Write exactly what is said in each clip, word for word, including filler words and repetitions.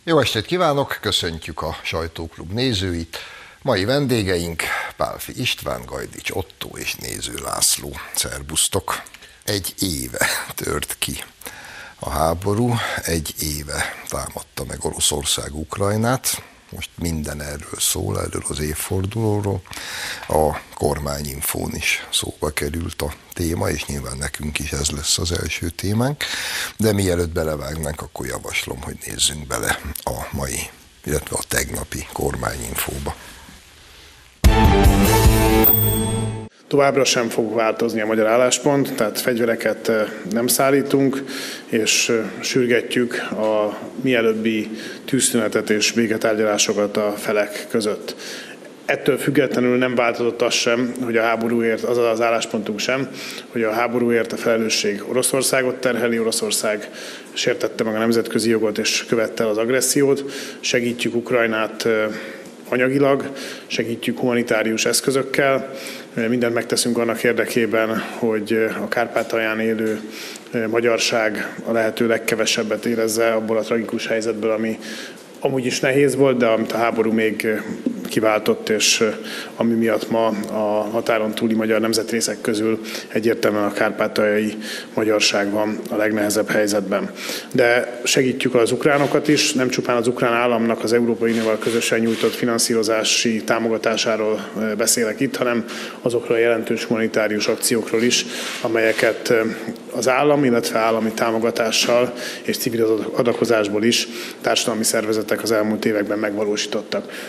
Jó estét kívánok, köszöntjük a Sajtóklub nézőit. Mai vendégeink Pálffy István, Gajdics Ottó és Néző László. Szerbusztok! Egy éve tört ki a háború, egy éve támadta meg Oroszország Ukrajnát. Most minden erről szól, erről az évfordulóról. A kormányinfón is szóba került a téma, és nyilván nekünk is ez lesz az első témánk. De mielőtt belevágnánk, akkor javaslom, hogy nézzünk bele a mai, illetve a tegnapi kormányinfóba. Továbbra sem fog változni a magyar álláspont, tehát fegyvereket nem szállítunk, és sürgetjük a mielőbbi tűzszünetet és béketárgyalásokat a felek között. Ettől függetlenül nem változott az sem, hogy a háborúért, az az álláspontunk sem, hogy a háborúért a felelősség Oroszországot terheli, Oroszország sértette meg a nemzetközi jogot és követte el az agressziót, segítjük Ukrajnát anyagilag, segítjük humanitárius eszközökkel, mindent megteszünk annak érdekében, hogy a Kárpátalján élő magyarság a lehető legkevesebbet érezze abból a tragikus helyzetből, ami amúgy is nehéz volt, de amit a háború még kiváltott, és ami miatt ma a határon túli magyar nemzetrészek közül egyértelműen a kárpátaljai magyarság van a legnehezebb helyzetben. De segítjük az ukránokat is, nem csupán az ukrán államnak az Európai Unióval közösen nyújtott finanszírozási támogatásáról beszélek itt, hanem azokról a jelentős humanitárius akciókról is, amelyeket az állam, illetve állami támogatással és civil adakozásból is társadalmi szervezetek az elmúlt években megvalósítottak.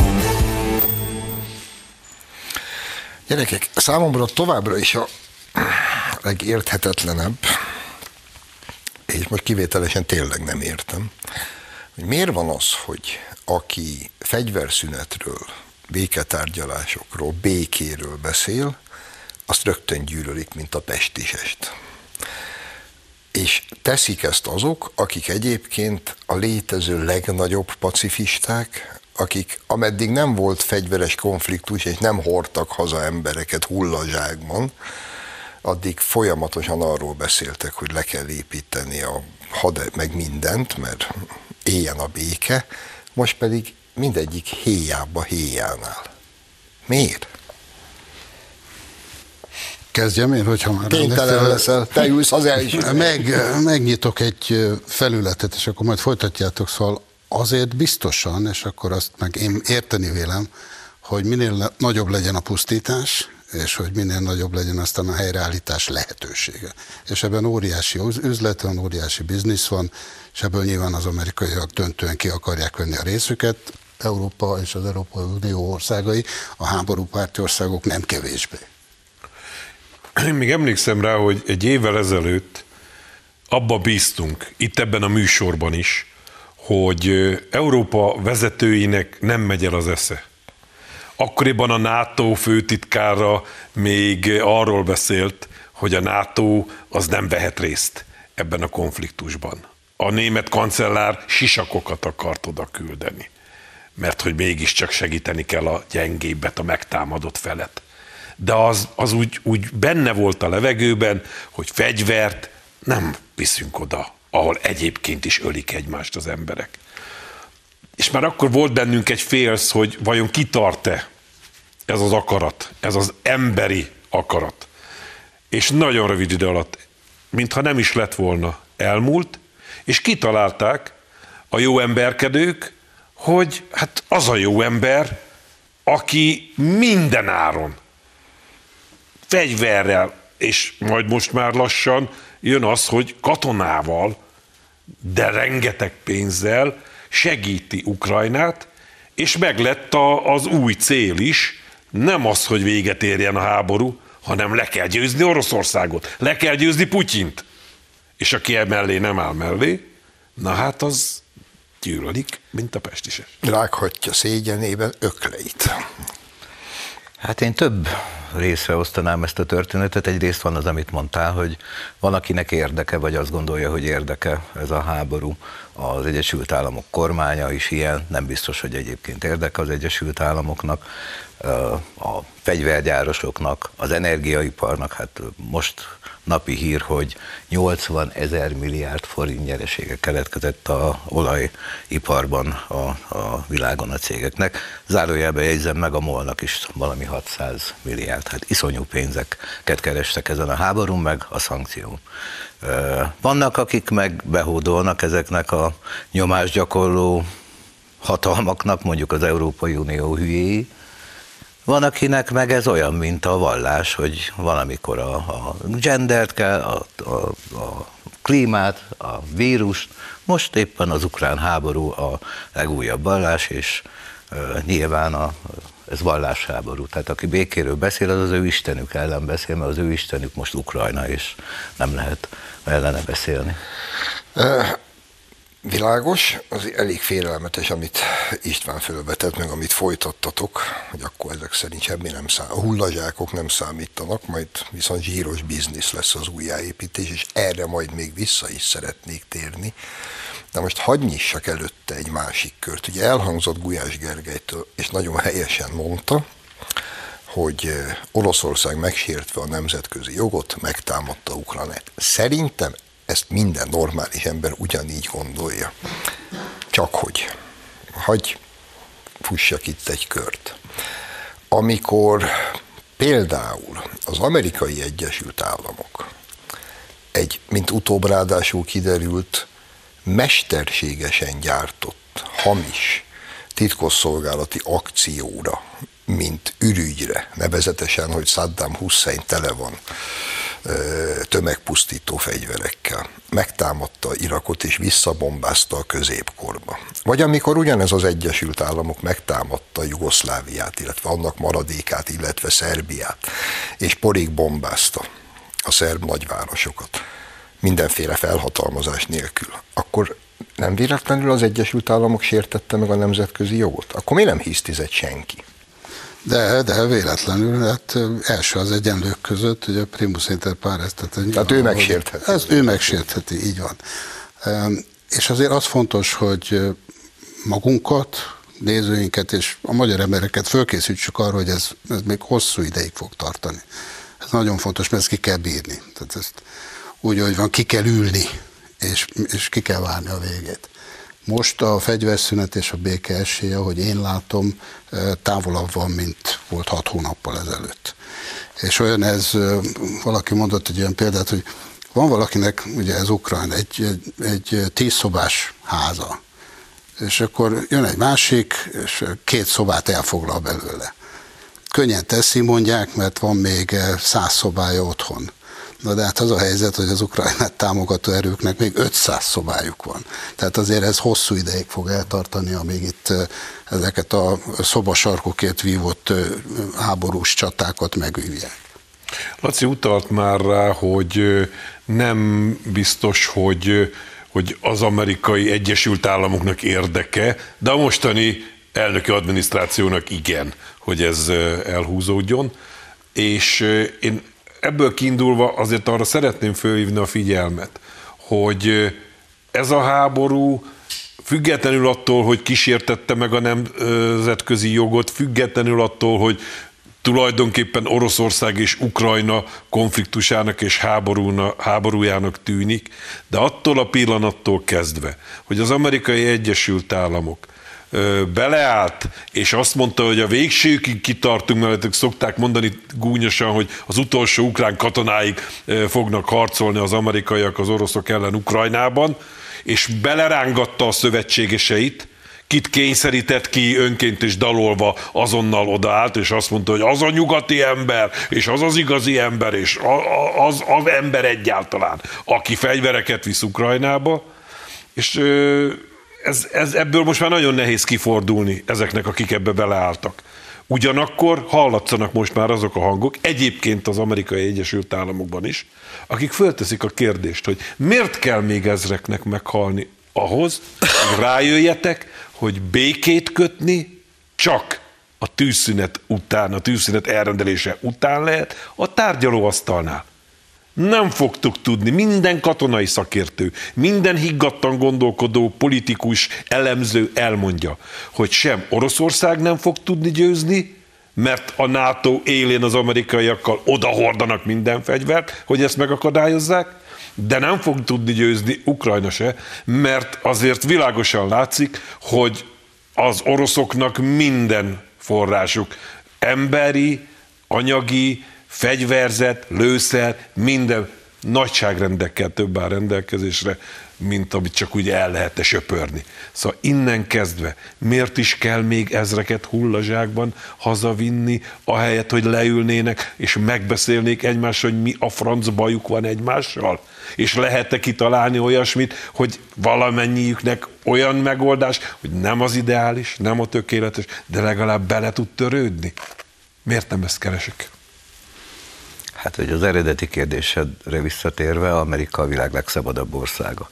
Gyerekek, számomra továbbra is a legérthetetlenebb, és most kivételesen tényleg nem értem, hogy miért van az, hogy aki fegyverszünetről, béketárgyalásokról, békéről beszél, azt rögtön gyűlölik, mint a pestisest. És teszik ezt azok, akik egyébként a létező legnagyobb pacifisták, akik ameddig nem volt fegyveres konfliktus, és nem hordtak haza embereket hullazsákban, addig folyamatosan arról beszéltek, hogy le kell építeni a had meg mindent, mert éljen a béke, most pedig mindegyik héjába héjánál. Miért? Kezdjem én, hogyha már... Kénytelen leszel, te ülsz az első. Meg, megnyitok egy felületet, és akkor majd folytatjátok, szóval azért biztosan, és akkor azt meg én érteni vélem, hogy minél nagyobb legyen a pusztítás, és hogy minél nagyobb legyen aztán a helyreállítás lehetősége. És ebben óriási üzlet van, óriási biznisz van, és ebből nyilván az amerikaiak döntően ki akarják venni a részüket. Európa és az Európai Unió országai, a háborúpárti országok nem kevésbé. Én még emlékszem rá, hogy egy évvel ezelőtt abba bíztunk, itt ebben a műsorban is, hogy Európa vezetőinek nem megy el az esze. Akkoriban a NATO főtitkára még arról beszélt, hogy a NATO az nem vehet részt ebben a konfliktusban. A német kancellár sisakokat akart oda küldeni, mert hogy mégiscsak segíteni kell a gyengébbet, a megtámadott felet. De az, az úgy, úgy benne volt a levegőben, hogy fegyvert nem viszünk oda, ahol egyébként is ölik egymást az emberek. És már akkor volt bennünk egy félsz, hogy vajon kitart-e ez az akarat, ez az emberi akarat. És nagyon rövid idő alatt, mintha nem is lett volna, elmúlt, és kitalálták a jó emberkedők, hogy hát az a jó ember, aki minden áron, fegyverrel, és majd most már lassan jön az, hogy katonával, de rengeteg pénzzel segíti Ukrajnát, és meglett a, az új cél is, nem az, hogy véget érjen a háború, hanem le kell győzni Oroszországot, le kell győzni Putyint. És aki emellé nem áll mellé, na hát az gyűlölik, mint a pestisek. Rághatja szégyenében ökleit. Hát én több részre osztanám ezt a történetet. Egyrészt van az, amit mondtál, hogy van, akinek érdeke, vagy azt gondolja, hogy érdeke ez a háború az Egyesült Államok kormánya is ilyen, nem biztos, hogy egyébként érdeke az Egyesült Államoknak, a fegyvergyárosoknak, az energiaiparnak, hát most napi hír, hogy nyolcvan ezer milliárd forint nyeresége keletkezett a olajiparban a, a világon a cégeknek. Zárójelben jegyzem meg, a MOL-nak is valami hatszáz milliárd. Hát iszonyú pénzeket kerestek ezen a háborún, meg a szankción. Vannak, akik meg behódolnak ezeknek a nyomásgyakorló hatalmaknak, mondjuk az Európai Unió hülyéi. Van, akinek meg ez olyan, mint a vallás, hogy valamikor a, a gendert kell, a, a, a klímát, a vírust, most éppen az ukrán háború a legújabb vallás, és uh, nyilván a, ez vallásháború. Tehát aki békéről beszél, az az ő istenük ellen beszél, mert az ő istenük most Ukrajna, és nem lehet ellene beszélni. Világos, az elég félelmetes, amit István fölvetett, meg amit folytattatok, hogy akkor ezek szerint semmi nem számít, a hullazsákok nem számítanak, majd viszont zsíros biznisz lesz az újjáépítés, és erre majd még vissza is szeretnék térni. De most hadd nyissak előtte egy másik kört. Ugye elhangzott Gulyás Gergelytől, és nagyon helyesen mondta, hogy Oroszország megsértve a nemzetközi jogot megtámadta Ukrajnát. Szerintem ezt minden normális ember ugyanígy gondolja. Csak hogy, hagyj fussak itt egy kört. Amikor például az Amerikai Egyesült Államok egy, mint utóbb ráadásul kiderült, mesterségesen gyártott, hamis titkosszolgálati akcióra, mint ürügyre, nevezetesen, hogy Saddam Hussein tele van tömegpusztító fegyverekkel. Megtámadta Irakot és visszabombázta a középkorba. Vagy amikor ugyanez az Egyesült Államok megtámadta Jugoszláviát, illetve annak maradékát, illetve Szerbiát, és porig bombázta a szerb nagyvárosokat, mindenféle felhatalmazás nélkül, akkor nem véletlenül az Egyesült Államok sértette meg a nemzetközi jogot? Akkor mi nem hisztizett senki? De, de véletlenül, hát első az egyenlők között, ugye a primus inter pares. Tehát, tehát ő megsértheti. Ez ő megsértheti, így van. És azért az fontos, hogy magunkat, nézőinket és a magyar embereket fölkészítsük arra, hogy ez, ez még hosszú ideig fog tartani. Ez nagyon fontos, mert ezt ki kell bírni. Tehát ezt úgy, hogy van, ki kell ülni, és, és ki kell várni a végét. Most a fegyverszünet és a béke esélye, ahogy én látom, távolabb van, mint volt hat hónappal ezelőtt. És olyan ez, valaki mondott egy olyan példát, hogy van valakinek, ugye ez Ukrajna, egy, egy, egy tízszobás háza, és akkor jön egy másik, és két szobát elfoglal belőle. Könnyen teszi, mondják, mert van még száz szobája otthon. Na de hát az a helyzet, hogy az Ukrajnát támogató erőknek még ötszáz szobájuk van. Tehát azért ez hosszú ideig fog eltartani, amíg itt ezeket a szobasarkokért vívott háborús csatákat megvívják. Laci utalt már rá, hogy nem biztos, hogy, hogy az Amerikai Egyesült Államoknak érdeke, de a mostani elnöki adminisztrációnak igen, hogy ez elhúzódjon. És én ebből kiindulva azért arra szeretném fölhívni a figyelmet, hogy ez a háború függetlenül attól, hogy kísértette meg a nemzetközi jogot, függetlenül attól, hogy tulajdonképpen Oroszország és Ukrajna konfliktusának és háborújának tűnik, de attól a pillanattól kezdve, hogy az Amerikai Egyesült Államok beleállt, és azt mondta, hogy a végsőkig kitartunk, mert szokták mondani gúnyosan, hogy az utolsó ukrán katonáig fognak harcolni az amerikaiak az oroszok ellen Ukrajnában, és belerángatta a szövetségeseit, kit kényszerített ki önként és dalolva azonnal odaállt, és azt mondta, hogy az a nyugati ember, és az az igazi ember, és az az ember egyáltalán, aki fegyvereket visz Ukrajnába, és Ez, ez, ebből most már nagyon nehéz kifordulni ezeknek, akik ebbe beleálltak. Ugyanakkor hallatszanak most már azok a hangok, egyébként az Amerikai Egyesült Államokban is, akik fölteszik a kérdést, hogy miért kell még ezreknek meghalni ahhoz, hogy rájöjjetek, hogy békét kötni csak a tűzszünet után, a tűzszünet elrendelése után lehet a tárgyalóasztalnál. Nem fogtuk tudni, minden katonai szakértő, minden higgadtan gondolkodó politikus, elemző elmondja, hogy sem Oroszország nem fog tudni győzni, mert a NATO élén az amerikaiakkal odahordanak minden fegyvert, hogy ezt megakadályozzák, de nem fog tudni győzni Ukrajna se, mert azért világosan látszik, hogy az oroszoknak minden forrásuk, emberi, anyagi, fegyverzet, lőszer, minden nagyságrendekkel több áll rendelkezésre, mint amit csak úgy el lehetne söpörni. Szóval innen kezdve miért is kell még ezreket hullazsákban hazavinni, ahelyett, hogy leülnének és megbeszélnék egymással, hogy mi a franc bajuk van egymással? És lehet-e kitalálni olyasmit, hogy valamennyiüknek olyan megoldás, hogy nem az ideális, nem a tökéletes, de legalább bele tud törődni? Miért nem ezt keresek? Hát, hogy az eredeti kérdésedre visszatérve, Amerika a világ legszabadabb országa.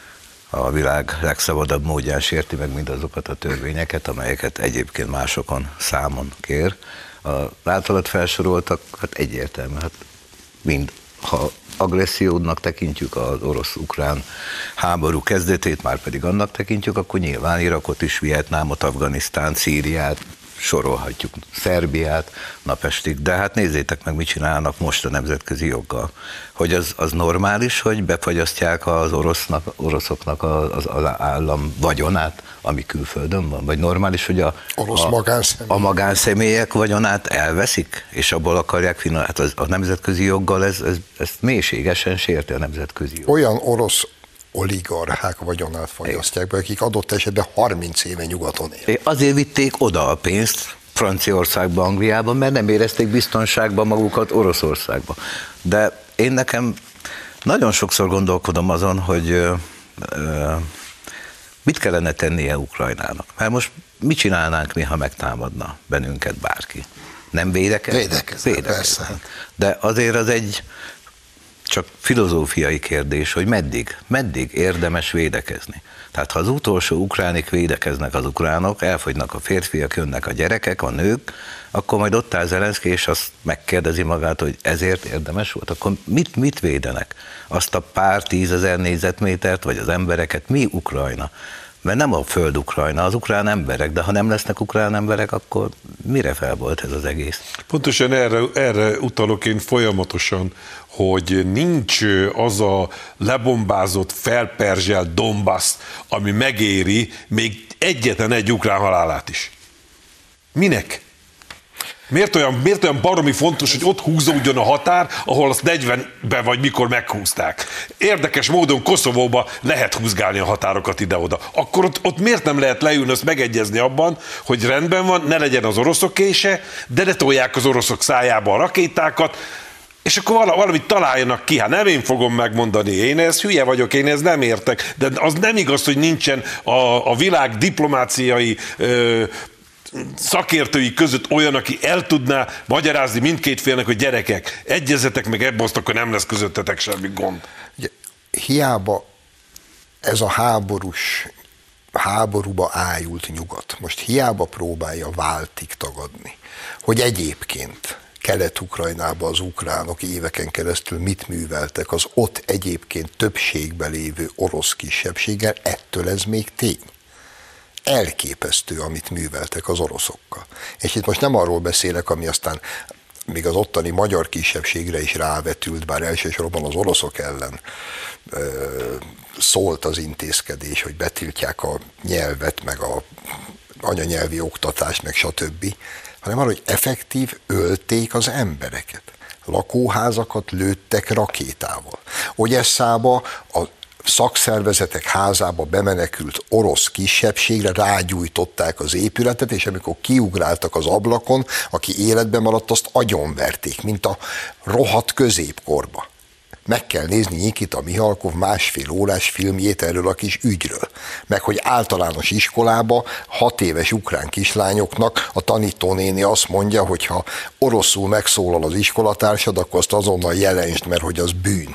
A világ legszabadabb módján sérti meg mindazokat a törvényeket, amelyeket egyébként másokon számon kér. Az általad felsoroltak, hát egyértelmű, hát mind, ha agressziónak tekintjük az orosz-ukrán háború kezdetét, már pedig annak tekintjük, akkor nyilván Irakot is, Vietnámot, Afganisztánt, Szíriát, sorolhatjuk, Szerbiát napestig, de hát nézzétek meg, mit csinálnak most a nemzetközi joggal. Hogy az, az normális, hogy befagyasztják az orosznak, oroszoknak az, az állam vagyonát, ami külföldön van? Vagy normális, hogy a, Orosz a, magánszemély. a magánszemélyek vagyonát elveszik, és abból akarják finanszírozni? Hát az, a nemzetközi joggal ez, ez, ez mélységesen sérti a nemzetközi jog. Olyan orosz oligarchák vagyonát fagyasztják be, akik adott esetben harminc éve nyugaton él. Azért vitték oda a pénzt Franciaországba, Angliába, mert nem érezték biztonságban magukat Oroszországba. De én nekem nagyon sokszor gondolkodom azon, hogy ö, ö, mit kellene tennie Ukrajnának. Mert most mit csinálnánk mi, ha megtámadna bennünket bárki? Nem védekezni? Védekezni, persze. De azért az egy csak filozófiai kérdés, hogy meddig, meddig érdemes védekezni. Tehát ha az utolsó ukránik védekeznek az ukránok, elfogynak a férfiak, jönnek a gyerekek, a nők, akkor majd ott áll Zelenszky, és azt megkérdezi magát, hogy ezért érdemes volt, akkor mit, mit védenek? Azt a pár tízezer négyzetmétert, vagy az embereket, mi Ukrajna? Mert nem a föld Ukrajna, az ukrán emberek, de ha nem lesznek ukrán emberek, akkor mire fel volt ez az egész? Pontosan erre, erre utalok én folyamatosan, hogy nincs az a lebombázott, felperzselt Donbass, ami megéri még egyetlen egy ukrán halálát is. Minek? Miért olyan, miért olyan baromi fontos, hogy ott húzódjon a határ, ahol azt negyvenben vagy mikor meghúzták? Érdekes módon Koszovóba lehet húzgálni a határokat ide-oda. Akkor ott, ott miért nem lehet leülni, azt megegyezni abban, hogy rendben van, ne legyen az oroszok kése, de ne tolják az oroszok szájába a rakétákat, és akkor valamit találjanak ki. Hát nem én fogom megmondani, én ez hülye vagyok, én ez nem értek, de az nem igaz, hogy nincsen a, a világ diplomáciai ö, szakértői között olyan, aki el tudná magyarázni mindkét félnek, hogy gyerekek, egyezetek meg ebben, azt akkor nem lesz közöttetek semmi gond. Ugye, hiába ez a háborús, háborúba ájult nyugat, most hiába próbálja váltig tagadni, hogy egyébként Kelet-Ukrajnában az ukránok éveken keresztül mit műveltek az ott egyébként többségben lévő orosz kisebbséggel, ettől ez még tény. Elképesztő, amit műveltek az oroszokkal. És itt most nem arról beszélek, ami aztán még az ottani magyar kisebbségre is rávetült, bár elsősorban az oroszok ellen ö, szólt az intézkedés, hogy betiltják a nyelvet, meg a anyanyelvi oktatást, meg stb., hanem arra, hogy effektív ölték az embereket. Lakóházakat lőttek rakétával. Odesszába a szakszervezetek házába bemenekült orosz kisebbségre rágyújtották az épületet, és amikor kiugráltak az ablakon, aki életben maradt, azt agyonverték, mint a rohadt középkorba. Meg kell nézni Nikita Mihalkov másfél órás filmjét erről a kis ügyről. Meg hogy általános iskolába hat éves ukrán kislányoknak a tanítónéni azt mondja, hogy ha oroszul megszólal az iskolatársad, akkor azt azonnal jelensd, mert hogy az bűn.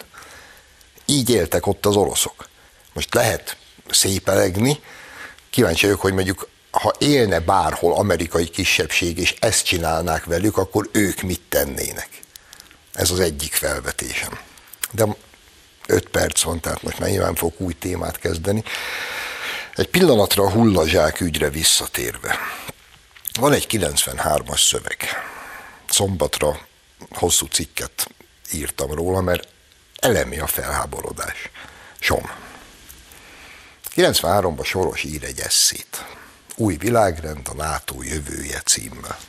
Így éltek ott az oroszok. Most lehet szépelegni, kíváncsi vagyok, hogy mondjuk, ha élne bárhol amerikai kisebbség, és ezt csinálnák velük, akkor ők mit tennének? Ez az egyik felvetésem. de öt perc van, tehát most már nyilván fogok új témát kezdeni. Egy pillanatra a hullazsák ügyre visszatérve. Van egy kilencvenhármas szöveg. Szombatra hosszú cikket írtam róla, mert elemi a felháborodás. Som. kilencvenháromban Soros ír egy esszét. Új világrend, a NATO jövője címmel.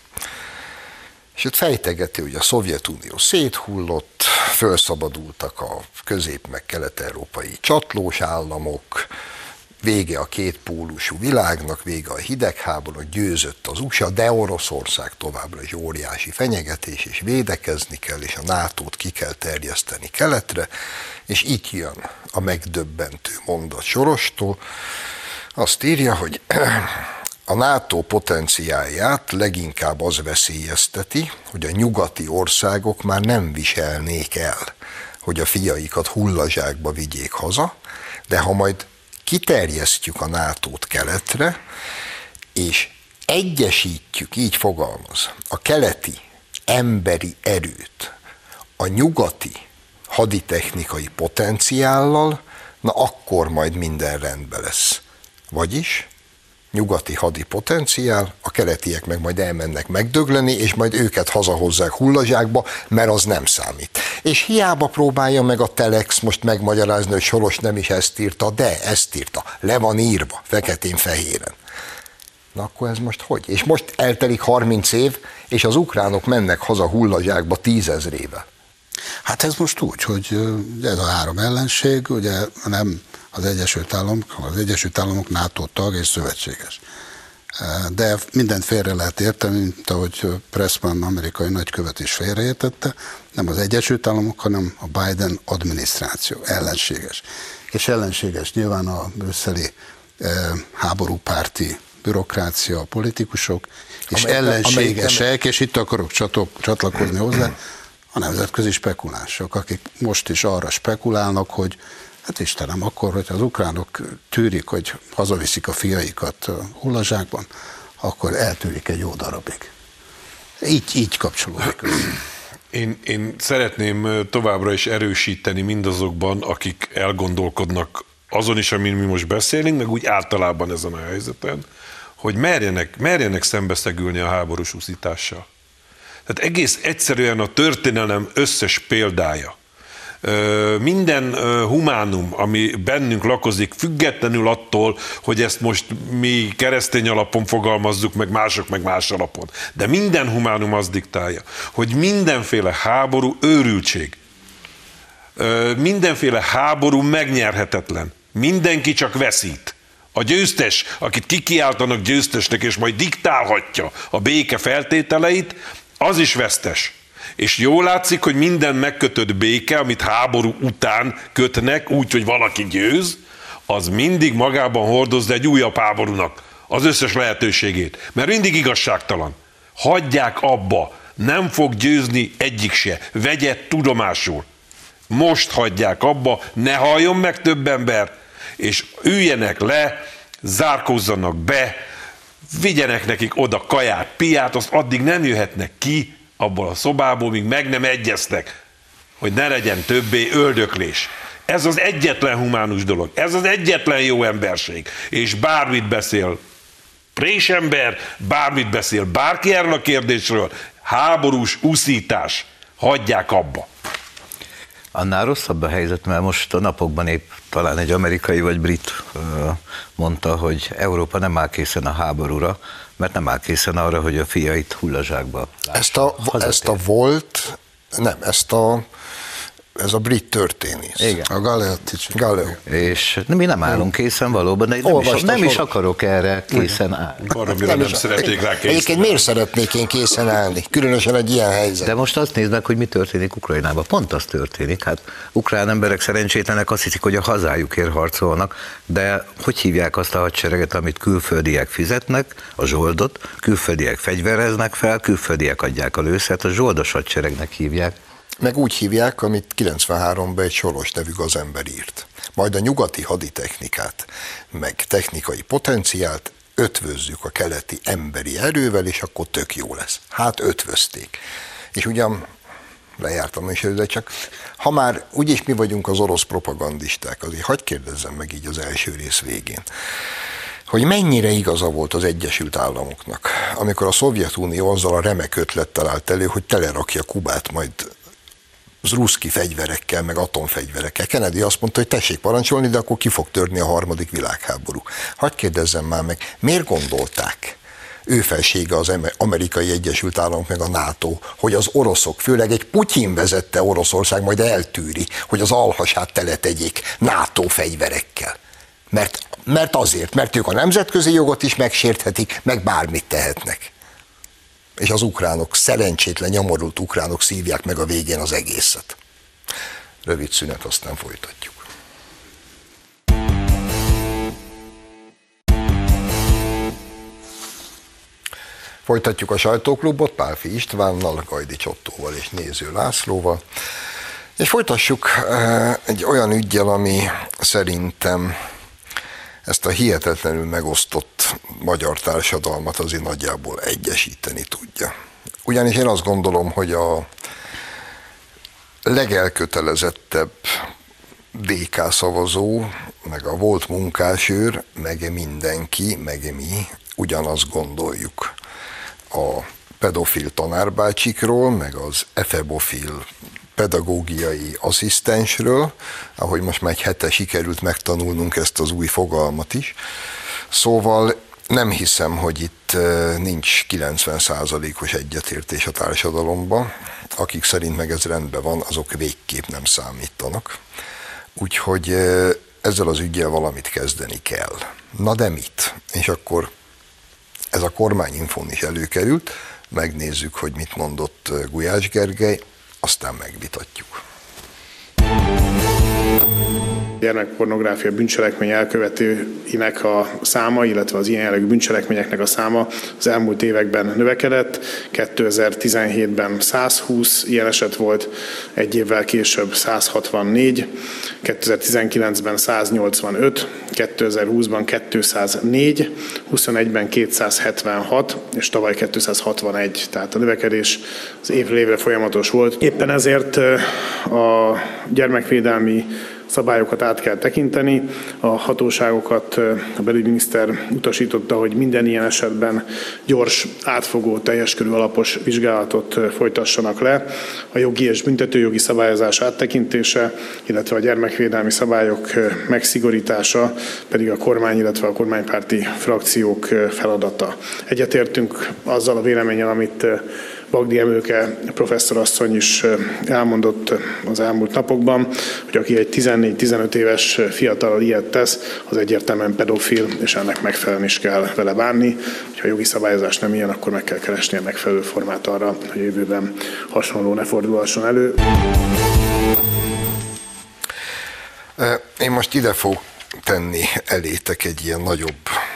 És ott fejtegeti, hogy a Szovjetunió széthullott, felszabadultak a közép- meg kelet-európai csatlós államok, vége a kétpólusú világnak, vége a hidegháború, győzött az u es á, de Oroszország továbbra is óriási fenyegetés, és védekezni kell, és a nátót ki kell terjeszteni keletre, és itt jön a megdöbbentő mondat Sorostól. Azt írja, hogy a NATO potenciálját leginkább az veszélyezteti, hogy a nyugati országok már nem viselnék el, hogy a fiaikat hullazsákba vigyék haza, de ha majd kiterjesztjük a nátót keletre, és egyesítjük, így fogalmaz, a keleti emberi erőt a nyugati haditechnikai potenciállal, na akkor majd minden rendben lesz. Vagyis nyugati hadi potenciál, a keletiek meg majd elmennek megdögleni, és majd őket hazahozzák hullazsákba, mert az nem számít. És hiába próbálja meg a Telex most megmagyarázni, hogy Soros nem is ezt írta, de ezt írta, le van írva, feketén-fehéren. Na akkor ez most hogy? És most eltelik harminc év, és az ukránok mennek haza hullazsákba tízezrével. Hát ez most úgy, hogy ez a három ellenség, ugye nem az Egyesült Államok, az Egyesült Államok NATO tag és szövetséges. De mindent félre lehet érteni, mint ahogy Pressman amerikai nagykövet is félreértette, nem az Egyesült Államok, hanem a Biden adminisztráció ellenséges. És ellenséges nyilván a brüsszeli háborúpárti bürokrácia, a politikusok, és amely, ellenségesek, amely... és itt akarok csatok, csatlakozni hozzá, a nemzetközi spekulánsok, akik most is arra spekulálnak, hogy hát Istenem, akkor, hogy az ukránok tűrik, hogy hazaviszik a fiaikat hullazsákban, akkor eltűrik egy jó darabig. Így, így kapcsolódik. Én, én szeretném továbbra is erősíteni mindazokban, akik elgondolkodnak azon is, amin mi most beszélünk, meg úgy általában ezen a helyzeten, hogy merjenek, merjenek szembeszegülni a háborús uszítással. Tehát egész egyszerűen a történelem összes példája, minden humánum, ami bennünk lakozik, függetlenül attól, hogy ezt most mi keresztény alapon fogalmazzuk, meg mások meg más alapon. De minden humánum azt diktálja, hogy mindenféle háború őrültség, mindenféle háború megnyerhetetlen, mindenki csak veszít. A győztes, akit kikiáltanak győztesnek, és majd diktálhatja a béke feltételeit, az is vesztes. És jól látszik, hogy minden megkötött béke, amit háború után kötnek, úgy, hogy valaki győz, az mindig magában hordozza egy újabb háborúnak az összes lehetőségét. Mert mindig igazságtalan. Hagyják abba, nem fog győzni egyik se. Vegye tudomásul. Most hagyják abba, ne halljon meg több ember, és üljenek le, zárkózzanak be, vigyenek nekik oda kaját, piát, azt addig nem jöhetnek ki abból a szobából, míg meg nem egyeztek, hogy ne legyen többé öldöklés. Ez az egyetlen humánus dolog, ez az egyetlen jó emberség. És bármit beszél présember, bármit beszél bárki erről a kérdésről, háborús uszítás, hagyják abba. Annál rosszabb a helyzet, mert most a napokban épp talán egy amerikai vagy brit mondta, hogy Európa nem áll készen a háborúra, mert nem áll készen arra, hogy a fiait hullazsákba lássa. Ezt a, ezt a volt, nem, ezt a, ez a brit történész. Igen. A Galeo. Galeo. És mi nem állunk készen valóban, de én nem, is, nem is akarok erre készen állni. Arra, nem, nem szeretnék rá készen. Egyébként miért szeretnék én készen állni? Különösen egy ilyen helyzet. De most azt nézd meg, hogy mi történik Ukrajnában. Pont az történik. Hát ukrán emberek szerencsétlenek azt hiszik, hogy a hazájukért harcolnak, de hogy hívják azt a hadsereget, amit külföldiek fizetnek, a zsoldot, külföldiek fegyvereznek fel, külföldiek adják a lőszert, a zsoldos hadseregnek hívják. Meg úgy hívják, amit kilencvenháromban egy Soros nevű gazember írt. Majd a nyugati haditechnikát, meg technikai potenciált ötvözzük a keleti emberi erővel, és akkor tök jó lesz. Hát ötvözték. És ugyan lejártam a műsor, de csak ha már úgyis mi vagyunk az orosz propagandisták, azért hadd kérdezzem meg így az első rész végén, hogy mennyire igaza volt az Egyesült Államoknak, amikor a Szovjetunió azzal a remek ötlettel állt elő, hogy telerakja Kubát majd az ruszki fegyverekkel, meg atomfegyverekkel. Kennedy azt mondta, hogy tessék parancsolni, de akkor ki fog törni a harmadik világháború. Hadd kérdezzem már meg, miért gondolták ő felsége az Amerikai Egyesült Államok meg a NATO, hogy az oroszok, főleg egy Putyin vezette Oroszország majd eltűri, hogy az alhasát teletegyék NATO fegyverekkel. Mert, mert azért, mert ők a nemzetközi jogot is megsérthetik, meg bármit tehetnek. És az ukránok, szerencsétlen, nyomorult ukránok szívják meg a végén az egészet. Rövid szünet, aztán folytatjuk. Folytatjuk a sajtóklubot Pálffy Istvánnal, Gajdi Csottóval és Néző Lászlóval. És folytassuk egy olyan üggyel, ami szerintem ezt a hihetetlenül megosztott magyar társadalmat azért nagyjából egyesíteni tudja. Ugyanis én azt gondolom, hogy a legelkötelezettebb dé ká szavazó, meg a volt munkásőr, meg mindenki, meg mi ugyanazt gondoljuk a pedofil tanárbácsikról, meg az efebofil pedagógiai asszisztensről, ahogy most már egy hete sikerült megtanulnunk ezt az új fogalmat is. Szóval nem hiszem, hogy itt nincs kilencven százalékos egyetértés a társadalomban. Akik szerint meg ez rendben van, azok végképp nem számítanak. Úgyhogy ezzel az üggyel valamit kezdeni kell. Na de mit? És akkor ez a kormányinfón is előkerült, megnézzük, hogy mit mondott Gulyás Gergely, aztán megvitatjuk. Gyermekpornográfia bűncselekmény elkövetőinek a száma, illetve az ilyen jellegű bűncselekményeknek a száma az elmúlt években növekedett. kétezer-tizenhétben száz húsz ilyen eset volt, egy évvel később száz hatvannégy, kétezer-tizenkilencben száz nyolcvanöt, kétezer-húszban kétszáznégy, huszonegyben kétszázhetvenhat, és tavaly kétszázhatvanegy, tehát a növekedés az évről évre folyamatos volt. Éppen ezért a gyermekvédelmi szabályokat át kell tekinteni. A hatóságokat a belügyminiszter utasította, hogy minden ilyen esetben gyors, átfogó, teljes körű alapos vizsgálatot folytassanak le. A jogi és büntetőjogi szabályozás áttekintése, illetve a gyermekvédelmi szabályok megszigorítása pedig a kormány, illetve a kormánypárti frakciók feladata. Egyetértünk azzal a véleménnyel, amit Bagdi Emőke professzorasszony is elmondott az elmúlt napokban, hogy aki egy tizennégy-tizenöt éves fiatal ilyet tesz, az egyértelműen pedofil, és ennek megfelelően is kell vele bánni. Ha a jogi szabályozás nem ilyen, akkor meg kell keresni a megfelelő formát arra, hogy jövőben hasonló ne fordulhasson elő. Én most ide fogok tenni elétek egy ilyen nagyobb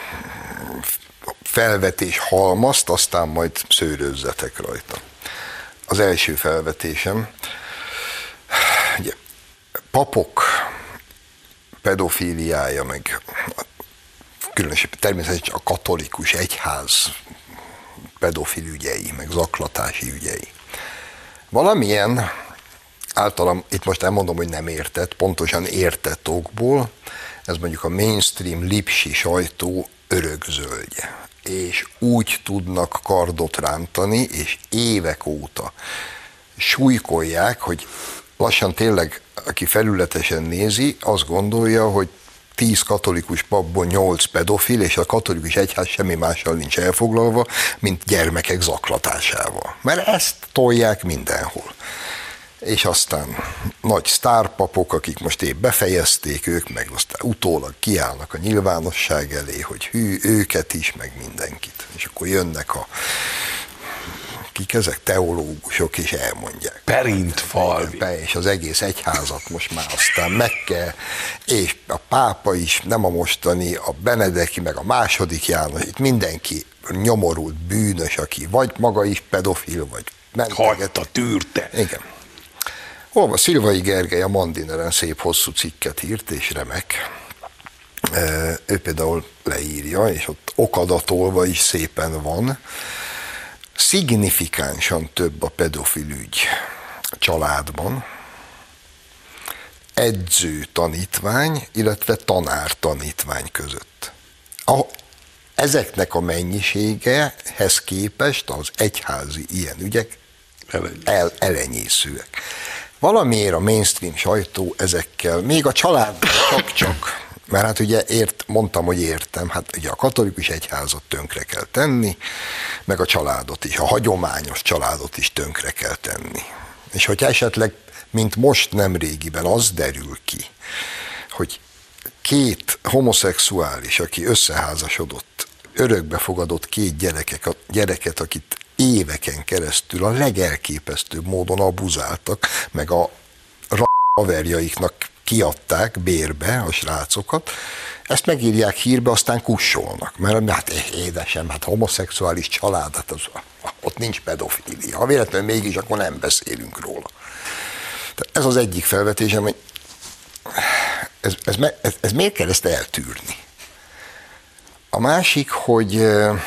felvetés halmazt, aztán majd szőrözzetek rajta. Az első felvetésem, ugye, papok pedofíliája, meg különösen természetesen a katolikus egyház pedofil ügyei, meg zaklatási ügyei. Valamilyen általam, itt most elmondom, hogy nem értett, pontosan értett okból, ez mondjuk a mainstream lipsi sajtó örökzöldje. És úgy tudnak kardot rántani, és évek óta súlykolják, hogy lassan tényleg, aki felületesen nézi, azt gondolja, hogy tíz katolikus papból nyolc pedofil, és a katolikus egyház semmi mással nincs elfoglalva, mint gyermekek zaklatásával. Mert ezt tolják mindenhol. És aztán nagy sztárpapok, akik most épp befejezték, ők meg aztán utólag kiállnak a nyilvánosság elé, hogy hű, őket is, meg mindenkit. És akkor jönnek a kik ezek, teológusok, és elmondják. Perintfalvi. És az egész egyházat most már aztán meg kell, és a pápa is, nem a mostani, a Benedeki, meg a második János, itt mindenki nyomorult, bűnös, aki vagy maga is pedofil, vagy menteget. Hagyta, tűrte. Igen. Olva Szilvai Gergely a Mandineren szép hosszú cikket írt, és remek. Ő például leírja, és ott okadatolva is szépen van. Szignifikánsan több a pedofil ügy családban, edző tanítvány, illetve tanár tanítvány között. A, ezeknek a mennyiségehez képest az egyházi ilyen ügyek el, elenyészőek. Valamiért a mainstream sajtó ezekkel, még a családban csak-csak, mert hát ugye ért, mondtam, hogy értem, hát ugye a katolikus egyházat tönkre kell tenni, meg a családot is, a hagyományos családot is tönkre kell tenni. És hogyha esetleg, mint most nemrégiben az derül ki, hogy két homoszexuális, aki összeházasodott, örökbefogadott két gyerekek, gyereket, akit éveken keresztül a legelképesztőbb módon abuzáltak, meg a haverjaiknak kiadták bérbe a srácokat, ezt megírják hírbe, aztán kussolnak, mert hát édesem, hát homoszexuális család, hát az, ott nincs pedofília. Ha véletlenül mégis, akkor nem beszélünk róla. Tehát ez az egyik felvetésem, hogy ez, ez, ez, ez miért kell ezt eltűrni? A másik, hogy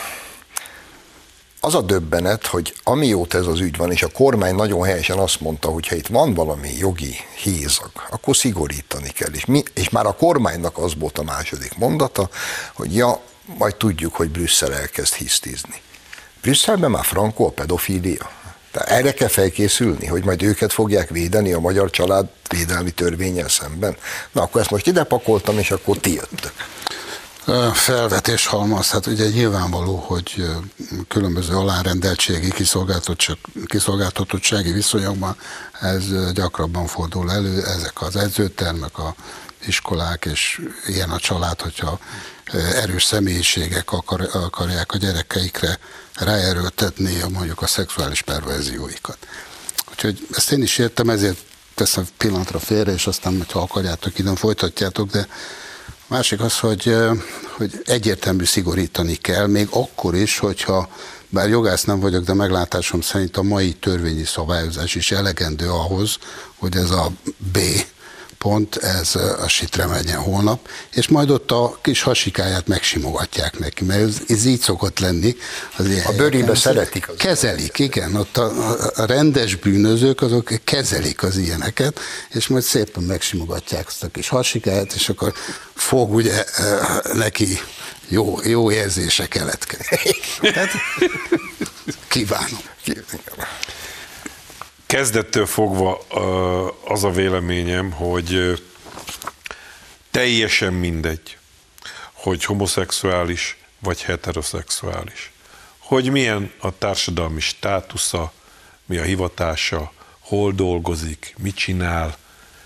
az a döbbenet, hogy amióta ez az ügy van, és a kormány nagyon helyesen azt mondta, hogy ha itt van valami jogi hézag, akkor szigorítani kell. És, mi, és már a kormánynak az volt a második mondata, hogy ja, majd tudjuk, hogy Brüsszel elkezd hisztizni. Brüsszelben már frankó a pedofília. Tehát erre kell felkészülni, hogy majd őket fogják védeni a magyar családvédelmi törvénnyel szemben. Na, akkor ezt most ide pakoltam, és akkor ti jöttök. Felvetés halmaz, hát ugye nyilvánvaló, hogy különböző alárendeltségi, kiszolgáltatottsági viszonyokban ez gyakrabban fordul elő, ezek az edzőtermek, a iskolák, és ilyen a család, hogyha erős személyiségek akar, akarják a gyerekeikre ráerőltetni mondjuk a szexuális perverzióikat. Úgyhogy ezt én is értem, ezért teszem pillanatra félre, és aztán, ha akarjátok, időn folytatjátok, de a másik az, hogy, hogy egyértelmű szigorítani kell, még akkor is, hogyha, bár jogász nem vagyok, de meglátásom szerint a mai törvényi szabályozás is elegendő ahhoz, hogy ez a B pont, ez a sitre menjen holnap, és majd ott a kis hasikáját megsimogatják neki, mert ez, ez így szokott lenni. Az a bőrébe szeretik. Az kezelik, igen, ott a, a rendes bűnözők, azok kezelik az ilyeneket, és majd szépen megsimogatják azt a kis hasikáját, és akkor fog ugye neki jó, jó érzése keletkezni. Tehát kívánom. Kezdettől fogva az a véleményem, hogy teljesen mindegy, hogy homoszexuális vagy heteroszexuális. Hogy milyen a társadalmi státusza, mi a hivatása, hol dolgozik, mit csinál,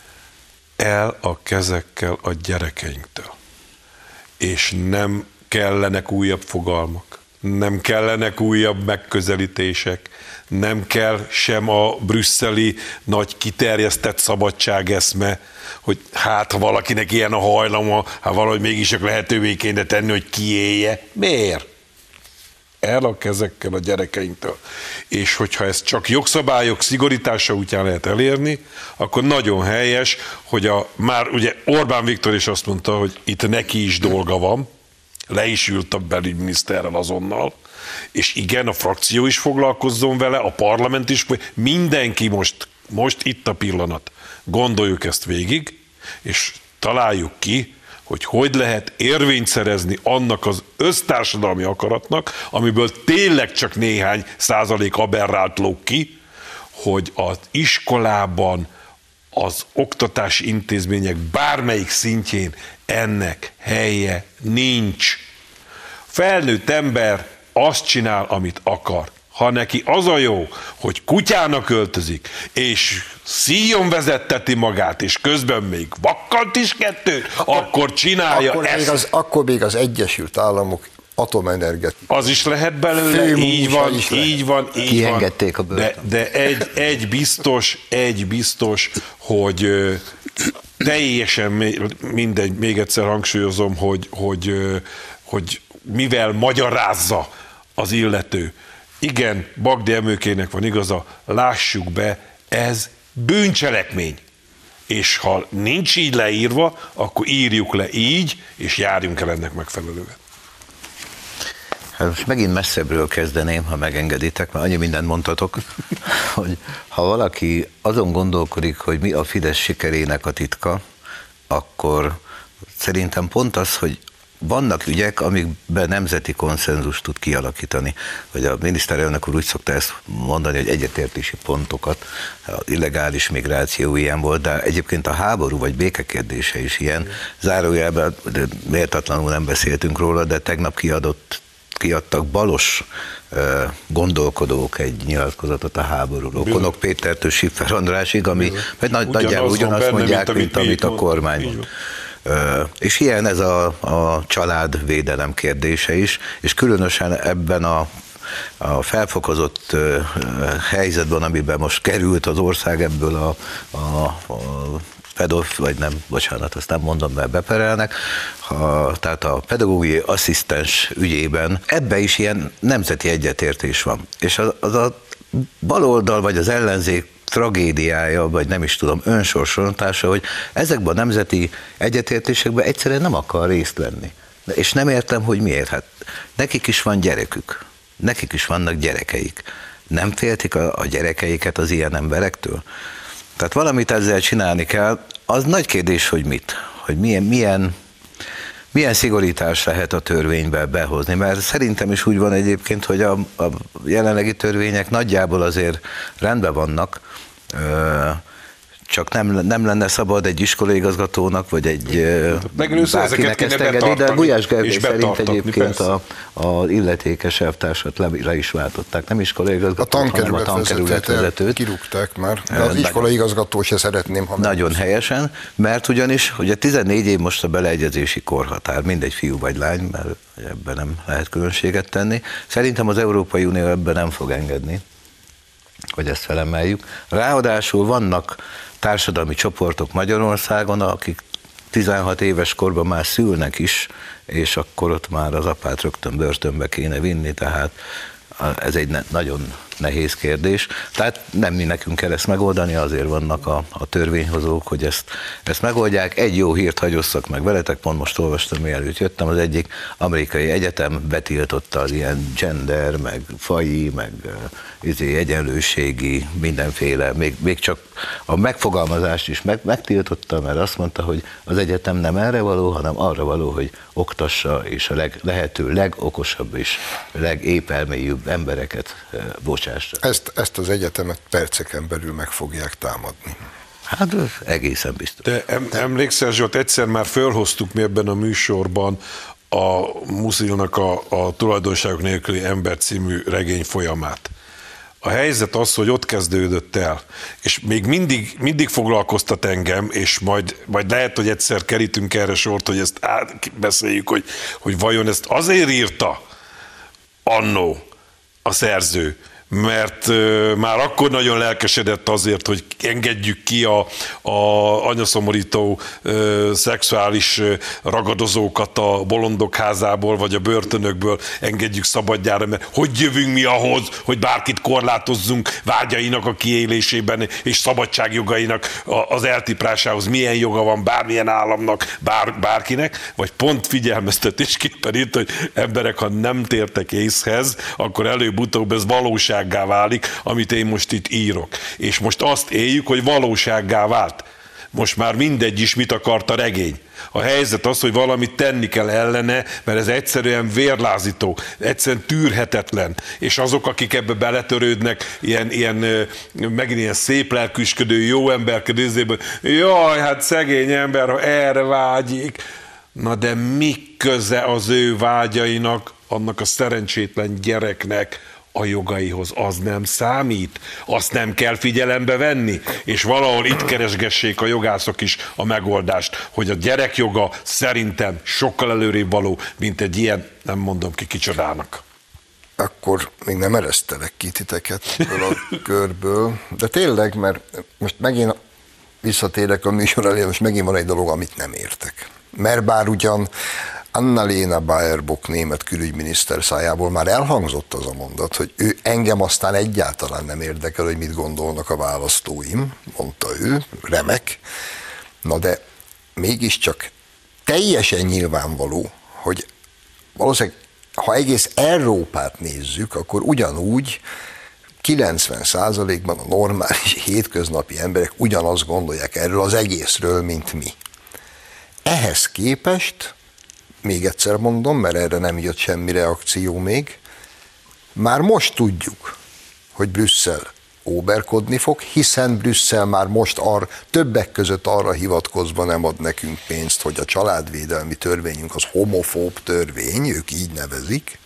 el a kezekkel a gyerekeinktől. És nem kellenek újabb fogalmak, nem kellenek újabb megközelítések, nem kell sem a brüsszeli nagy kiterjesztett szabadságeszme, hogy hát ha valakinek ilyen a hajlama, hát valahogy mégis lehetővé kéne tenni, hogy kiélje. Miért? El a kezekkel a gyerekeinktől. És hogyha ezt csak jogszabályok szigorítása útján lehet elérni, akkor nagyon helyes, hogy a, már ugye Orbán Viktor is azt mondta, hogy itt neki is dolga van, le is ült a belügyminiszterrel azonnal, és igen, a frakció is foglalkozzon vele, a parlament is, mindenki most, most itt a pillanat. Gondoljuk ezt végig, és találjuk ki, hogy hogy lehet érvényt szerezni annak az össztársadalmi akaratnak, amiből tényleg csak néhány százalék aberrált lóg ki, hogy az iskolában, az oktatási intézmények bármelyik szintjén ennek helye nincs. Felnőtt ember azt csinál, amit akar. Ha neki az a jó, hogy kutyának öltözik, és szíjon vezetteti magát, és közben még vakkant is kettőt, akkor, akkor csinálja akkor ezt. Még az, akkor még az Egyesült Államok atomenergetika. Az is lehet belőle, így van, így van, így van. Kiengedték a de, de egy, egy biztos, egy biztos, hogy ö, teljesen mindegy, még egyszer hangsúlyozom, hogy, hogy, ö, hogy mivel magyarázza az illető. Igen, Bagdi Emőkének van igaza, lássuk be, ez bűncselekmény. És ha nincs így leírva, akkor írjuk le így, és járjunk el ennek megfelelően. Hát most megint messzebbről kezdeném, ha megengeditek, mert annyi mindent mondhatok, hogy ha valaki azon gondolkodik, hogy mi a Fidesz sikerének a titka, akkor szerintem pont az, hogy vannak ügyek, amikben nemzeti konszenzus tud kialakítani. Vagy a miniszterelnök úr úgy szokta ezt mondani, hogy egyetértési pontokat, az illegális migráció ilyen volt, de egyébként a háború vagy béke kérdése is ilyen. Zárójelben méltatlanul nem beszéltünk róla, de tegnap kiadott kiadtak balos uh, gondolkodók egy nyilatkozatot a háborúról. Konok Pétertől Schiffer Andrásig, ami nagy, nagyjából ugyanazt benne, mondják, mint, mint amit a kormány mond. Uh, és ilyen ez a, a családvédelem kérdése is, és különösen ebben a, a felfokozott uh, helyzetben, amiben most került az ország ebből a, a, a pedof, vagy nem, bocsánat, azt nem mondom, mert beperelnek, ha, tehát a pedagógiai asszisztens ügyében ebbe is ilyen nemzeti egyetértés van. És az, az a baloldal, vagy az ellenzék tragédiája, vagy nem is tudom, önsorsonatása, hogy ezekben a nemzeti egyetértésekben egyszerűen nem akar részt venni. És nem értem, hogy miért. Hát nekik is van gyerekük, nekik is vannak gyerekeik. Nem féltik a, a gyerekeiket az ilyen emberektől? Tehát valamit ezzel csinálni kell, az nagy kérdés, hogy mit, hogy milyen, milyen, milyen szigorítás lehet a törvénybe behozni, mert szerintem is úgy van egyébként, hogy a, a jelenlegi törvények nagyjából azért rendben vannak, csak nem, nem lenne szabad egy iskolaigazgatónak, vagy egy bárkinek ezt engedni, de Gulyás Gergely szerint egyébként a, a illetékes elvtársat le, le is váltották, nem iskolaigazgatót, hanem a tankerület vezetőt. Kirúgták már, de az iskolaigazgató se szeretném, ha nagyon helyesen, mert ugyanis ugye tizennégy év most a beleegyezési korhatár, mindegy fiú vagy lány, mert ebben nem lehet különbséget tenni. Szerintem az Európai Unió ebben nem fog engedni, hogy ezt felemeljük. Ráadásul vannak társadalmi csoportok Magyarországon, akik tizenhat éves korban már szülnek is, és akkor ott már az apát rögtön börtönbe kéne vinni, tehát ez egy ne, nagyon nehéz kérdés. Tehát nem mi nekünk kell ezt megoldani, azért vannak a, a törvényhozók, hogy ezt, ezt megoldják. Egy jó hírt hagyosszak meg veletek, pont most olvastam, mielőtt jöttem, az egyik amerikai egyetem betiltotta az ilyen gender, meg faji, meg uh, izé, egyenlőségi, mindenféle, még, még csak a megfogalmazást is meg, megtiltotta, mert azt mondta, hogy az egyetem nem erre való, hanem arra való, hogy oktassa, és a leg, lehető legokosabb és legépelmélyűbb embereket uh, bocsánat. Ezt, ezt az egyetemet perceken belül meg fogják támadni. Hát egészen biztos. De em, emlékszel, Zsolt, egyszer már fölhoztuk mi ebben a műsorban a Muszilnak a, a Tulajdonságok nélküli ember című regény folyamát. A helyzet az, hogy ott kezdődött el, és még mindig, mindig foglalkoztat engem, és majd, majd lehet, hogy egyszer kerítünk erre sort, hogy ezt átbeszéljük, hogy, hogy vajon ezt azért írta annó a szerző, mert uh, már akkor nagyon lelkesedett azért, hogy engedjük ki a, a anyaszomorító uh, szexuális uh, ragadozókat a bolondok házából, vagy a börtönökből, engedjük szabadjára, mert hogy jövünk mi ahhoz, hogy bárkit korlátozzunk vágyainak a kiélésében, és szabadságjogainak az eltiprásához, milyen joga van bármilyen államnak, bár, bárkinek, vagy pont figyelmeztetésképpen itt, hogy emberek, ha nem tértek észhez, akkor előbb-utóbb ez valóság válik, amit én most itt írok. És most azt éljük, hogy valósággá vált. Most már mindegy is, mit akart a regény. A helyzet az, hogy valamit tenni kell ellene, mert ez egyszerűen vérlázító, egyszerűen tűrhetetlen. És azok, akik ebbe beletörődnek, ilyen, ilyen megint ilyen szép lelküsködő, jó emberkedőzéből, jaj, hát szegény ember, ha erre vágyik. Na de mi köze az ő vágyainak, annak a szerencsétlen gyereknek a jogaihoz? Az nem számít, azt nem kell figyelembe venni, és valahol itt keresgessék a jogászok is a megoldást, hogy a gyerek joga szerintem sokkal előrébb való, mint egy ilyen, nem mondom ki kicsodának. Akkor még nem eresztelek ki titeket a körből, de tényleg, mert most megint visszatérek a műsor elé, most megint van egy dolog, amit nem értek. Mert bár ugyan Annalena Baerbock német külügyminiszter szájából már elhangzott az a mondat, hogy ő engem aztán egyáltalán nem érdekel, hogy mit gondolnak a választóim, mondta ő, remek. Na de mégiscsak teljesen nyilvánvaló, hogy valószínűleg ha egész Európát nézzük, akkor ugyanúgy kilencven százalékban a normális hétköznapi emberek ugyanazt gondolják erről az egészről, mint mi. Ehhez képest, még egyszer mondom, mert erre nem jött semmi reakció még, már most tudjuk, hogy Brüsszel óberkodni fog, hiszen Brüsszel már most ar, többek között arra hivatkozva nem ad nekünk pénzt, hogy a családvédelmi törvényünk az homofób törvény, ők így nevezik.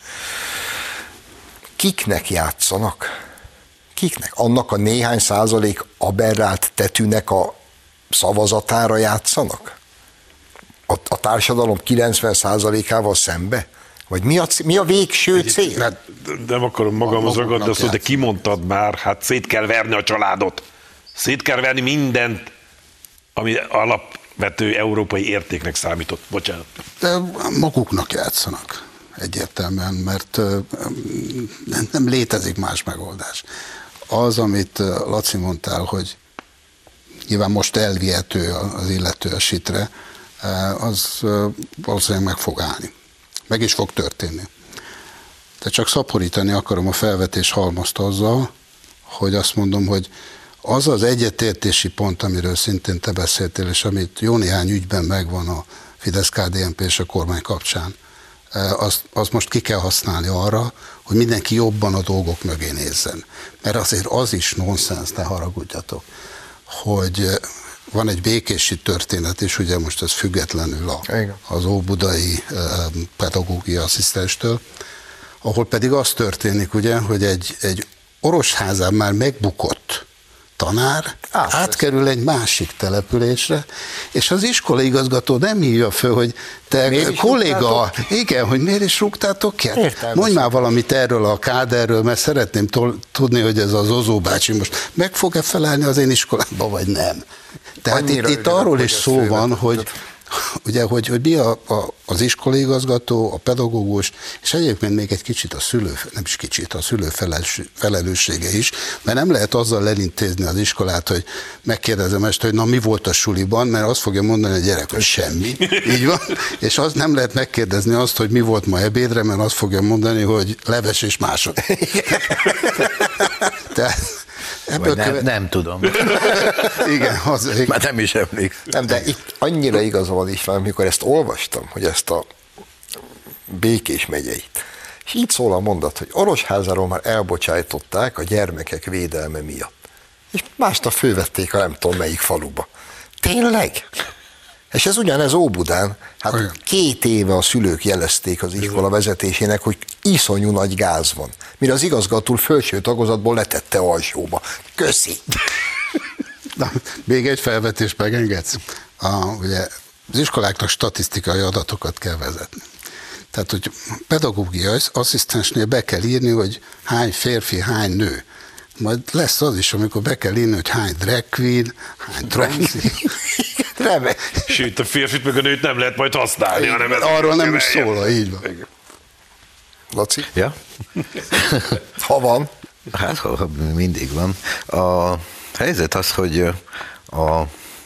Kiknek játszanak? Kiknek? Annak a néhány százalék aberrált tetűnek a szavazatára játszanak? A, a társadalom kilencven százalékával szembe? Vagy mi a, mi a végső cél? Hát, nem akarom magamhoz ragadni azt, de kimondtad már, hát szét kell verni a családot. Szét kell verni mindent, ami alapvető európai értéknek számított. Bocsánat. De maguknak játszanak egyértelműen, mert nem létezik más megoldás. Az, amit Laci mondtál, hogy nyilván most elvihető az illető a sitre, az valószínűleg meg fog állni. Meg is fog történni. De csak szaporítani akarom a felvetés halmazt azzal, hogy azt mondom, hogy az az egyetértési pont, amiről szintén te beszéltél, és amit jó néhány ügyben megvan a Fidesz-ká dé en pé és a kormány kapcsán, azt, azt most ki kell használni arra, hogy mindenki jobban a dolgok mögé nézzen. Mert azért az is nonsens, ne haragudjatok, hogy van egy békési történet is, ugye most ez függetlenül a, az óbudai pedagógiai asszisztenstől, ahol pedig az történik, ugye, hogy egy, egy Orosházán már megbukott tanár Át, átkerül egy másik településre, és az iskolaigazgató nem hívja föl, hogy te kolléga, igen, hogy miért is rúgtátok ki? Mondj már valamit erről a káderről, mert szeretném tudni, hogy ez az Ozó bácsi most meg fog-e felállni az én iskolámba, vagy nem. Tehát itt, itt arról is szó van, hogy ugye, hogy, hogy mi a, a, az iskolaigazgató, a pedagógus, és egyébként még egy kicsit a szülő, nem is kicsit, a szülő felelőssége is, mert nem lehet azzal elintézni az iskolát, hogy megkérdezem este, hogy na mi volt a suliban, mert azt fogja mondani a gyerek, hogy semmi, így van, és az nem lehet megkérdezni azt, hogy mi volt ma ebédre, mert azt fogja mondani, hogy leves és másod. Tehát Vagy nem, követ... nem tudom. Igen, az... Már nem is emlékszem. Nem, de itt annyira igaza van is, amikor ezt olvastam, hogy ezt a Békés megyeit, és így szól a mondat, hogy Orosházáról már elbocsájtották a gyermekek védelme miatt. És másnap fölvették a nem tudom melyik faluba. Tényleg? És ez ugyanez Óbudán, hát olyan. Két éve a szülők jelezték az iskola vezetésének, hogy iszonyú nagy gáz van. Mire az igazgató felső tagozatból letette alsóba. Köszi! Na, még egy felvetést megengedsz. A, ugye, az iskoláknak statisztikai adatokat kell vezetni. Tehát, hogy pedagógiai asszisztensnél be kell írni, hogy hány férfi, hány nő. Majd lesz az is, amikor be kell írni, hogy hány drag queen, hány transi. Sőt, a férfit meg a nőt nem lehet majd használni, hanem ez arról nem is szól, így van. Laci? Ja? Ha van. Hát, ha mindig van. A helyzet az, hogy a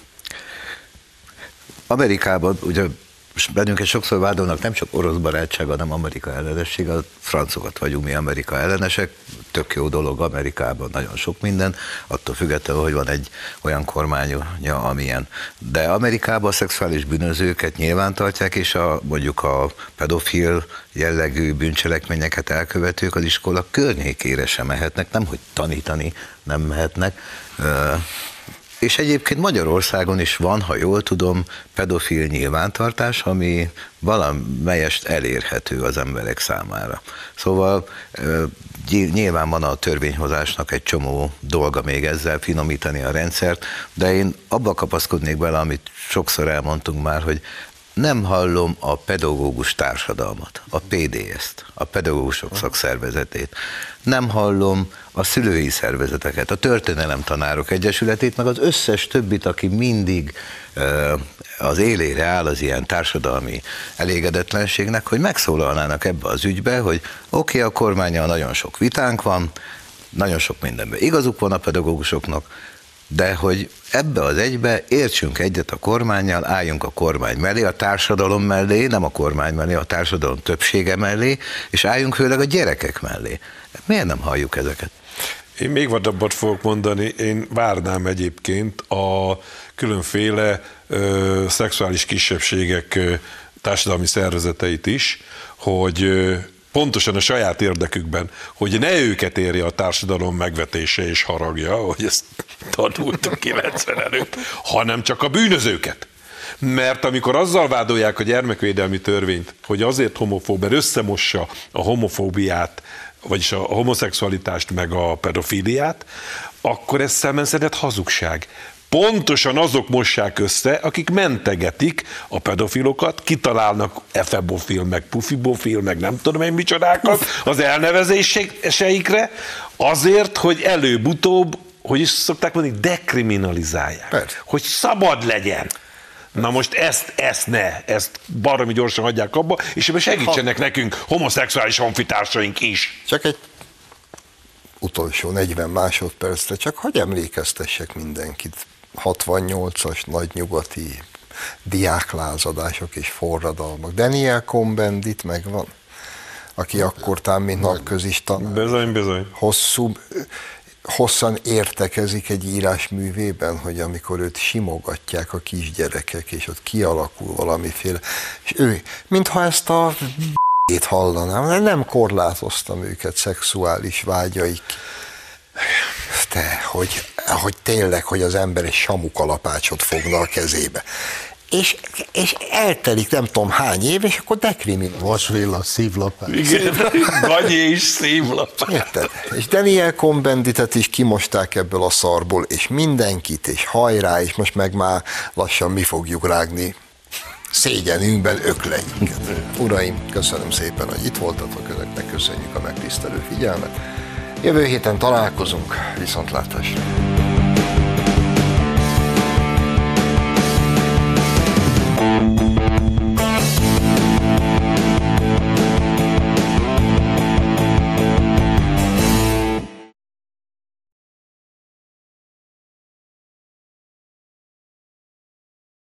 Amerikában, ugye bennünket sokszor vádolnak nem csak orosz barátság, hanem Amerika ellenesség, a francokat vagyunk mi Amerika ellenesek, tök jó dolog Amerikában, nagyon sok minden, attól függetlenül, hogy van egy olyan kormánya, amilyen. De Amerikában a szexuális bűnözőket nyilvántartják, és a, mondjuk a pedofil jellegű bűncselekményeket elkövetők az iskola környékére sem mehetnek, nem hogy tanítani nem mehetnek. És egyébként Magyarországon is van, ha jól tudom, pedofil nyilvántartás, ami valamelyest elérhető az emberek számára. Szóval nyilván van a törvényhozásnak egy csomó dolga még ezzel finomítani a rendszert, de én abba kapaszkodnék bele, amit sokszor elmondtunk már, hogy nem hallom a pedagógus társadalmat, a pé dé est, a pedagógusok szakszervezetét. Nem hallom a szülői szervezeteket, a történelemtanárok egyesületét, meg az összes többit, aki mindig az élére áll az ilyen társadalmi elégedetlenségnek, hogy megszólalnának ebbe az ügybe, hogy oké, okay, a kormánnyal nagyon sok vitánk van, nagyon sok mindenben igazuk van a pedagógusoknak, de hogy ebbe az egybe értsünk egyet a kormánnyal, álljunk a kormány mellé, a társadalom mellé, nem a kormány mellé, a társadalom többsége mellé, és álljunk főleg a gyerekek mellé. Miért nem halljuk ezeket? Én még vadabbat fogok mondani, én várnám egyébként a különféle ö, szexuális kisebbségek ö, társadalmi szervezeteit is, hogy ö, pontosan a saját érdekükben, hogy ne őket érje a társadalom megvetése és haragja, hogy ezt tanultuk kilencven előtt, hanem csak a bűnözőket. Mert amikor azzal vádolják a gyermekvédelmi törvényt, hogy azért homofób, mert összemossa a homofóbiát, vagyis a homoszexualitást meg a pedofíliát, akkor ez szemenszedett hazugság. Pontosan azok mossák össze, akik mentegetik a pedofilokat, kitalálnak efebofil, meg pufibofil, meg nem tudom én micsodákat az elnevezéseikre, azért, hogy előbb-utóbb, hogy is szokták mondani, dekriminalizálják. Persze. Hogy szabad legyen. Na most ezt, ezt ne, ezt baromi gyorsan hagyják abba, és ebben segítsenek ha... nekünk homoszexuális honfitársaink is. Csak egy utolsó negyven másodpercre, csak hadd emlékeztessek mindenkit. hatvannyolcas nagy nyugati diáklázadások és forradalmak. Daniel Cohn-Bendit megvan, aki akkortán, mint napközista. Bizony, bizony. Hosszú, hosszan értekezik egy írásművében, hogy amikor őt simogatják a kisgyerekek, és ott kialakul valamiféle, és ő, mintha ezt a b***ét hallanám, nem korlátoztam őket szexuális vágyaik. Te, hogy, hogy tényleg, hogy az ember egy samukalapácsot fogna a kezébe. És, és eltelik nem tudom hány év, és akkor dekriminál. Vasvilla, szívlapács. Igen, Ganyi és szívlapács. Érted? És Daniel Cohn-Benditet is kimosták ebből a szarból, és mindenkit, és hajrá, és most meg már lassan mi fogjuk rágni szégyenünkben ökleinket. Uraim, köszönöm szépen, hogy itt voltatok, önöknek köszönjük a megtisztelő figyelmet. Jövő héten találkozunk, viszontlátásra!